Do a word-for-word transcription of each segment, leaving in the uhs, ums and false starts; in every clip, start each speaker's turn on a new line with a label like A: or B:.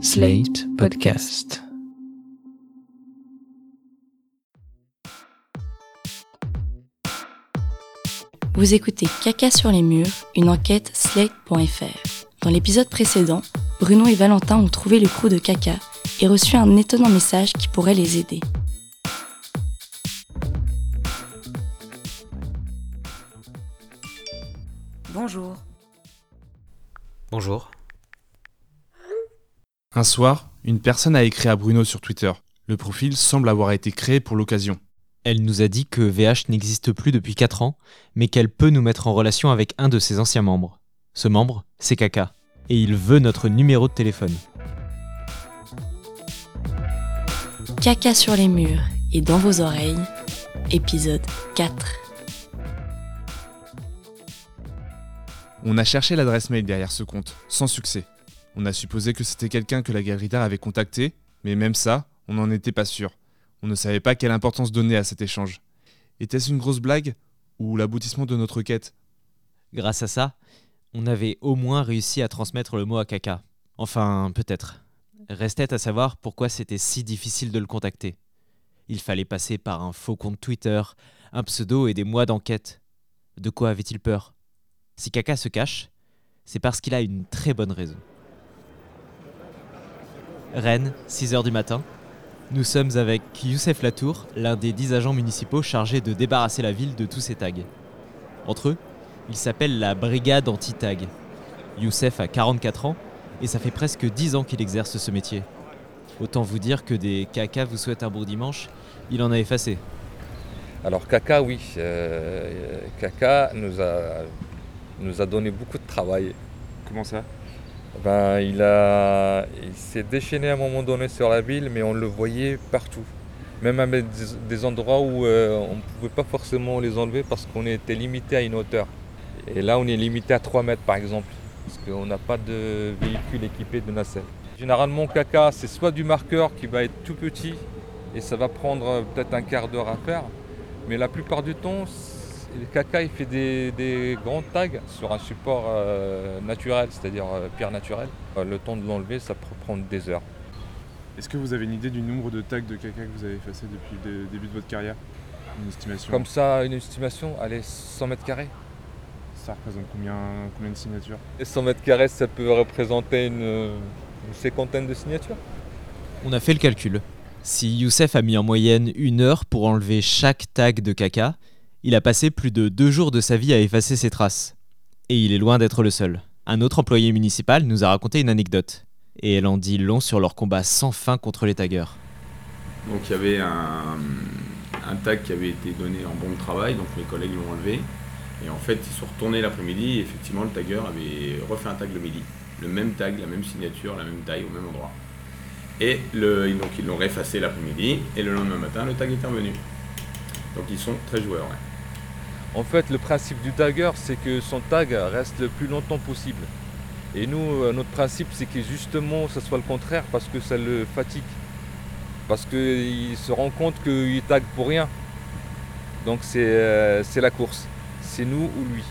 A: Slate Podcast.
B: Vous écoutez Caca sur les murs, une enquête slate point f r. Dans l'épisode précédent, Bruno et Valentin ont trouvé le crew de Caca et reçu un étonnant message qui pourrait les aider. Bonjour.
C: Bonjour.
D: Un soir, une personne a écrit à Bruno sur Twitter. Le profil semble avoir été créé pour l'occasion.
C: Elle nous a dit que V H n'existe plus depuis quatre ans, mais qu'elle peut nous mettre en relation avec un de ses anciens membres. Ce membre, c'est Caca, et il veut notre numéro de téléphone.
B: Caca sur les murs et dans vos oreilles, épisode quatre.
D: On a cherché l'adresse mail derrière ce compte, sans succès. On a supposé que c'était quelqu'un que la galerie d'art avait contacté, mais même ça, on n'en était pas sûr. On ne savait pas quelle importance donner à cet échange. Était-ce une grosse blague ou l'aboutissement de notre quête ?
C: Grâce à ça, on avait au moins réussi à transmettre le mot à Caca. Enfin, peut-être. Restait à savoir pourquoi c'était si difficile de le contacter. Il fallait passer par un faux compte Twitter, un pseudo et des mois d'enquête. De quoi avait-il peur ? Si Caca se cache, c'est parce qu'il a une très bonne raison. Rennes, six heures du matin. Nous sommes avec Youssef Latour, l'un des dix agents municipaux chargés de débarrasser la ville de tous ces tags. Entre eux, ils s'appellent la brigade anti-tag. Youssef a quarante-quatre ans et ça fait presque dix ans qu'il exerce ce métier. Autant vous dire que des Caca vous souhaitent un bon dimanche, il en a effacé.
E: Alors Caca, oui. Euh, Caca nous a, nous a donné beaucoup de travail.
D: Comment ça ?
E: Ben, il, a, il s'est déchaîné à un moment donné sur la ville, mais on le voyait partout. Même à des, des endroits où euh, on ne pouvait pas forcément les enlever parce qu'on était limité à une hauteur. Et là, on est limité à trois mètres par exemple, parce qu'on n'a pas de véhicule équipé de nacelle. Généralement, Caca, c'est soit du marqueur qui va être tout petit et ça va prendre peut-être un quart d'heure à faire, mais la plupart du temps, le Caca il fait des, des grands tags sur un support euh, naturel, c'est-à-dire euh, pierre naturelle. Euh, le temps de l'enlever, ça peut prendre des heures.
D: Est-ce que vous avez une idée du nombre de tags de Caca que vous avez effacés depuis le début de votre carrière ? Une estimation ?
E: Comme ça, une estimation, allez, cent mètres carrés.
D: Ça représente combien, combien de signatures ?
E: Et cent mètres carrés, ça peut représenter une, une cinquantaine de signatures.
C: On a fait le calcul. Si Youssef a mis en moyenne une heure pour enlever chaque tag de Caca, il a passé plus de deux jours de sa vie à effacer ses traces. Et il est loin d'être le seul. Un autre employé municipal nous a raconté une anecdote. Et elle en dit long sur leur combat sans fin contre les taggers.
F: Donc il y avait un, un tag qui avait été donné en bon de travail, donc mes collègues l'ont enlevé. Et en fait, ils sont retournés l'après-midi et effectivement, le tagger avait refait un tag le midi. Le même tag, la même signature, la même taille, au même endroit. Et le, donc ils l'ont réeffacé l'après-midi et le lendemain matin, le tag était revenu. Donc ils sont très joueurs. Ouais.
E: En fait, le principe du tagger, c'est que son tag reste le plus longtemps possible. Et nous, notre principe, c'est que justement, ça soit le contraire, parce que ça le fatigue. Parce qu'il se rend compte qu'il tague pour rien. Donc c'est, euh, c'est la course. C'est nous ou lui.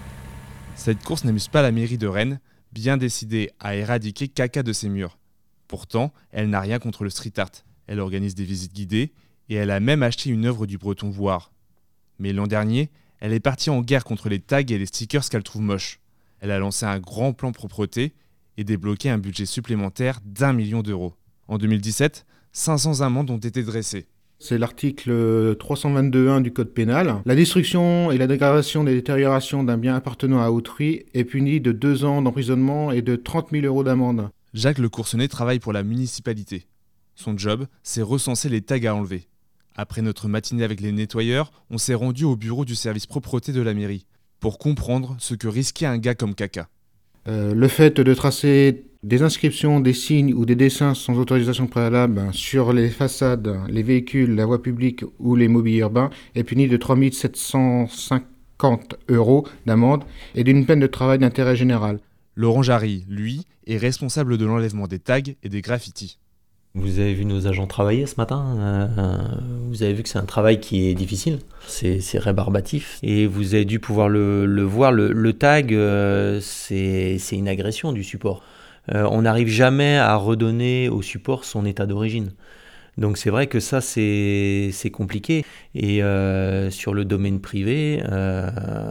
D: Cette course n'amuse pas la mairie de Rennes, bien décidée à éradiquer Caca de ses murs. Pourtant, elle n'a rien contre le street art. Elle organise des visites guidées et elle a même acheté une œuvre du breton Voire. Mais l'an dernier, elle est partie en guerre contre les tags et les stickers qu'elle trouve moches. Elle a lancé un grand plan propreté et débloqué un budget supplémentaire d'un million d'euros. En deux mille dix-sept, cinq cents amendes ont été dressées.
G: C'est l'article trois cent vingt-deux un du Code pénal. La destruction et la dégradation des détériorations d'un bien appartenant à autrui est punie de deux ans d'emprisonnement et de trente mille euros d'amende.
D: Jacques Le Courcenay travaille pour la municipalité. Son job, c'est recenser les tags à enlever. Après notre matinée avec les nettoyeurs, on s'est rendu au bureau du service propreté de la mairie pour comprendre ce que risquait un gars comme Caca.
G: Euh, le fait de tracer des inscriptions, des signes ou des dessins sans autorisation préalable sur les façades, les véhicules, la voie publique ou les mobiliers urbains est puni de trois mille sept cent cinquante euros d'amende et d'une peine de travail d'intérêt général.
D: Laurent Jarry, lui, est responsable de l'enlèvement des tags et des graffitis.
H: Vous avez vu nos agents travailler ce matin, euh, vous avez vu que c'est un travail qui est difficile, c'est, c'est rébarbatif, et vous avez dû pouvoir le, le voir, le, le tag, euh, c'est, c'est une agression du support. euh, on n'arrive jamais à redonner au support son état d'origine. Donc c'est vrai que ça, c'est, c'est compliqué. Et euh, sur le domaine privé, euh,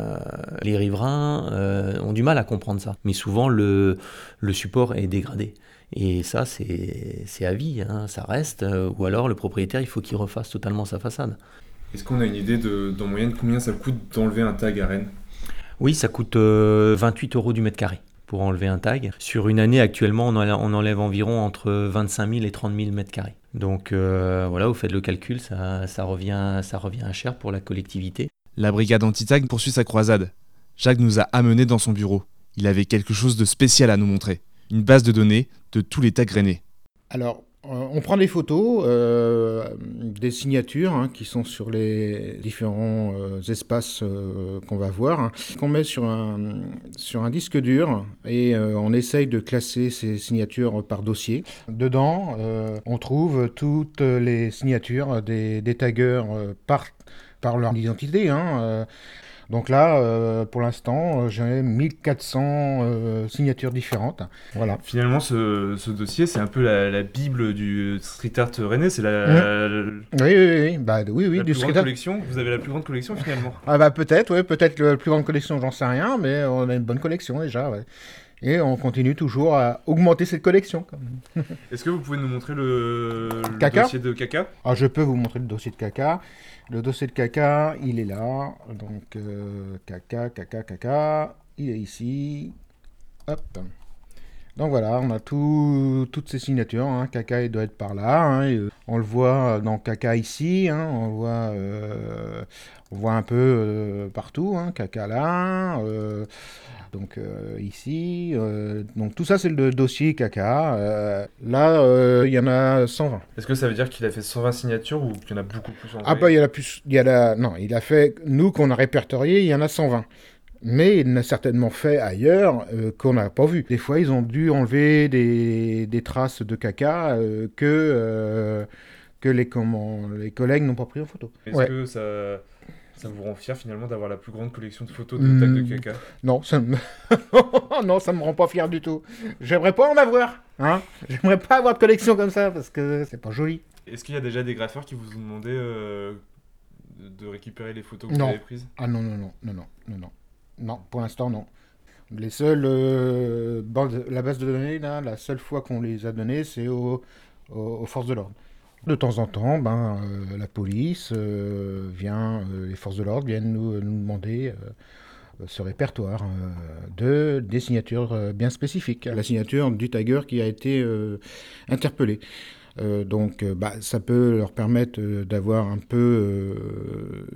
H: les riverains euh, ont du mal à comprendre ça. Mais souvent, le, le support est dégradé. Et ça, c'est, c'est à vie, hein, ça reste. Ou alors, le propriétaire, il faut qu'il refasse totalement sa façade.
D: Est-ce qu'on a une idée de, en moyenne, combien ça coûte d'enlever un tag à Rennes ?
H: Oui, ça coûte euh, vingt-huit euros du mètre carré pour enlever un tag. Sur une année, actuellement, on, en, on enlève environ entre vingt-cinq mille et trente mille mètres carrés. Donc euh, voilà, vous faites le calcul, ça, ça, revient, ça revient cher pour la collectivité.
D: La brigade anti-tag poursuit sa croisade. Jacques nous a amenés dans son bureau. Il avait quelque chose de spécial à nous montrer. Une base de données de tous les tags rennais.
G: Alors, on prend des photos, euh, des signatures hein, qui sont sur les différents euh, espaces euh, qu'on va voir, hein, qu'on met sur un, sur un disque dur et euh, on essaye de classer ces signatures par dossier. Dedans, euh, on trouve toutes les signatures des, des taggeurs euh, par, par leur identité. Hein, euh, Donc là, euh, pour l'instant, j'ai mille quatre cents euh, signatures différentes. Voilà.
D: Finalement, ce, ce dossier, c'est un peu la, la bible du street art rennais. C'est la,
G: mmh.
D: la,
G: oui, oui, oui. Bah, oui, oui,
D: la
G: du
D: plus
G: street
D: grande
G: art.
D: collection. Vous avez la plus grande collection, finalement.
G: Ah bah peut-être, oui, peut-être la plus grande collection, j'en sais rien, mais on a une bonne collection déjà, ouais. Et on continue toujours à augmenter cette collection. Quand même.
D: Est-ce que vous pouvez nous montrer le, le
G: Caca
D: dossier de Caca ?
G: Ah, je peux vous montrer le dossier de Caca. Le dossier de Caca, il est là. Donc, euh, Caca, Caca, Caca. Il est ici. Hop. Donc voilà, on a tout, toutes ces signatures. Hein. Caca, il doit être par là. Hein. Et, euh, on le voit dans Caca ici. Hein. On le voit, euh, on voit un peu euh, partout. Hein. Caca là. Euh, donc euh, ici. Euh, donc tout ça, c'est le dossier Caca. Euh, là, euh, il y en a cent vingt.
D: Est-ce que ça veut dire qu'il a fait cent vingt signatures ou qu'il y en a beaucoup plus en vrai ?
G: Ah bah, il y en a plus. Il y a la, non, il a fait, nous, qu'on a répertorié, il y en a cent vingt. Mais il en a certainement fait ailleurs euh, qu'on n'a pas vu. Des fois, ils ont dû enlever des, des traces de caca euh, que, euh, que les, comment, les collègues n'ont pas pris en photo.
D: Est-ce
G: ouais.
D: que ça, ça vous rend fier finalement d'avoir la plus grande collection de photos de tags de caca ?
G: Non, ça me... non, ça me rend pas fier du tout. J'aimerais pas en avoir. Hein. J'aimerais pas avoir de collection comme ça parce que c'est pas joli.
D: Est-ce qu'il y a déjà des graffeurs qui vous ont demandé euh, de récupérer les photos que
G: non.
D: vous avez prises ?
G: Ah non, non, non, non, non, non, non. Non, pour l'instant, non. Les seules, euh, bandes, la base de données, là, la seule fois qu'on les a données, c'est aux, aux, aux forces de l'ordre. De temps en temps, ben, euh, la police euh, vient, euh, les forces de l'ordre viennent nous, nous demander euh, ce répertoire euh, de, des signatures euh, bien spécifiques. La signature du tagger qui a été euh, interpellé. Euh, donc euh, bah, ça peut leur permettre euh, d'avoir un peu euh,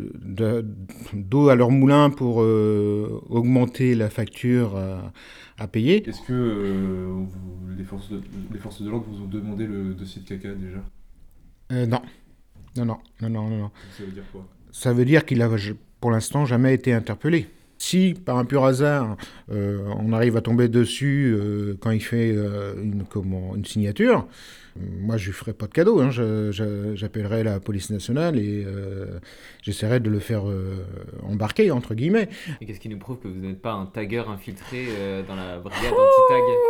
G: de, d'eau à leur moulin pour euh, augmenter la facture à, à payer.
D: Est-ce que euh, vous, les, forces de, les forces de l'ordre vous ont demandé le dossier de caca déjà ?
G: euh, Non. Non, non, non, non, non.
D: Ça veut dire quoi ?
G: Ça veut dire qu'il a pour l'instant jamais été interpellé. Si, par un pur hasard, euh, on arrive à tomber dessus euh, quand il fait euh, une, comment, une signature, moi je lui ferai pas de cadeau. Hein. Je, je, j'appellerai la police nationale et euh, j'essaierai de le faire euh, embarquer, entre guillemets.
I: Et qu'est-ce qui nous prouve que vous n'êtes pas un tagger infiltré euh, dans la brigade anti-tag ?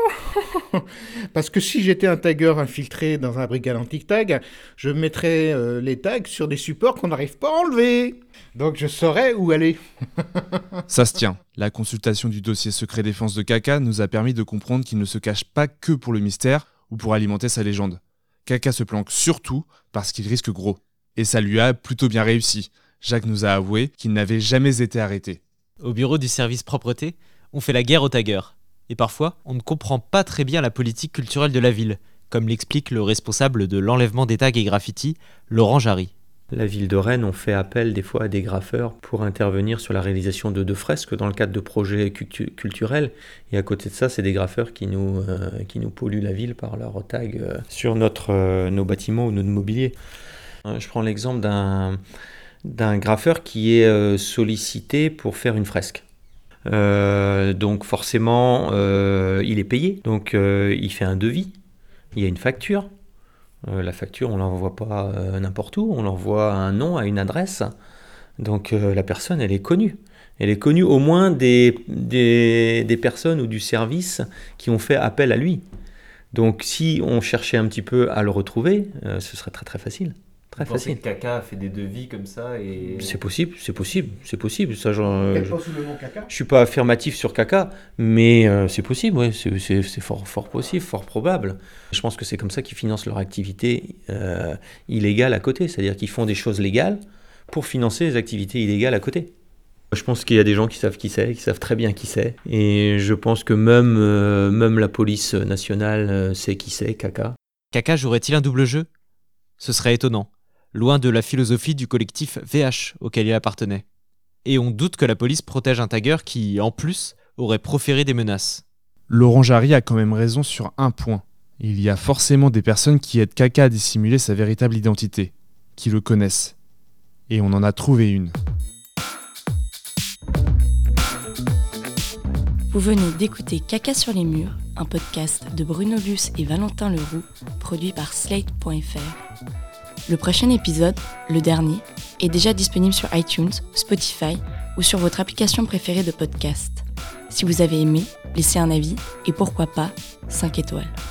G: Parce que si j'étais un tagger infiltré dans un brigade anti-tag, je mettrais euh, les tags sur des supports qu'on n'arrive pas à enlever. Donc je saurais où aller.
D: Ça se tient. La consultation du dossier secret défense de Caca nous a permis de comprendre qu'il ne se cache pas que pour le mystère ou pour alimenter sa légende. Caca se planque surtout parce qu'il risque gros. Et ça lui a plutôt bien réussi. Jacques nous a avoué qu'il n'avait jamais été arrêté.
C: Au bureau du service propreté, on fait la guerre aux taggers. Et parfois, on ne comprend pas très bien la politique culturelle de la ville, comme l'explique le responsable de l'enlèvement des tags et graffitis, Laurent Jarry.
H: La ville de Rennes, on fait appel des fois à des graffeurs pour intervenir sur la réalisation de, de fresques dans le cadre de projets cultu- culturels. Et à côté de ça, c'est des graffeurs qui nous, euh, qui nous polluent la ville par leurs tags euh, sur notre, euh, nos bâtiments ou notre mobilier. Euh, je prends l'exemple d'un, d'un graffeur qui est euh, sollicité pour faire une fresque. Euh, donc forcément, euh, il est payé. Donc euh, il fait un devis, il y a une facture. Euh, la facture, on ne l'envoie pas euh, n'importe où, on l'envoie à un nom, à une adresse. Donc euh, la personne, elle est connue. Elle est connue au moins des, des, des personnes ou du service qui ont fait appel à lui. Donc si on cherchait un petit peu à le retrouver, euh, ce serait très très facile. Très
I: Vous pensez
H: facile.
I: que Kaka a fait des devis comme ça et...
H: C'est possible, c'est possible, c'est possible. Ça, genre,
G: Peut-être
H: je,
G: pas sous le nom Kaka.
H: je suis pas affirmatif sur Kaka, mais euh, c'est possible, ouais, c'est, c'est, c'est fort, fort possible, fort probable. Je pense que c'est comme ça qu'ils financent leur activité euh, illégale à côté, c'est-à-dire qu'ils font des choses légales pour financer les activités illégales à côté. Je pense qu'il y a des gens qui savent qui c'est, qui savent très bien qui c'est, et je pense que même, euh, même la police nationale euh, sait qui c'est, Kaka.
C: Kaka jouerait-il un double jeu ? Ce serait étonnant, loin de la philosophie du collectif V H auquel il appartenait. Et on doute que la police protège un tagueur qui, en plus, aurait proféré des menaces.
D: Laurent Jarry a quand même raison sur un point. Il y a forcément des personnes qui aident Kaka à dissimuler sa véritable identité, qui le connaissent. Et on en a trouvé une.
B: Vous venez d'écouter Kaka sur les murs, un podcast de Bruno Luce et Valentin Leroux, produit par Slate point F R. Le prochain épisode, le dernier, est déjà disponible sur iTunes, Spotify ou sur votre application préférée de podcast. Si vous avez aimé, laissez un avis et pourquoi pas cinq étoiles.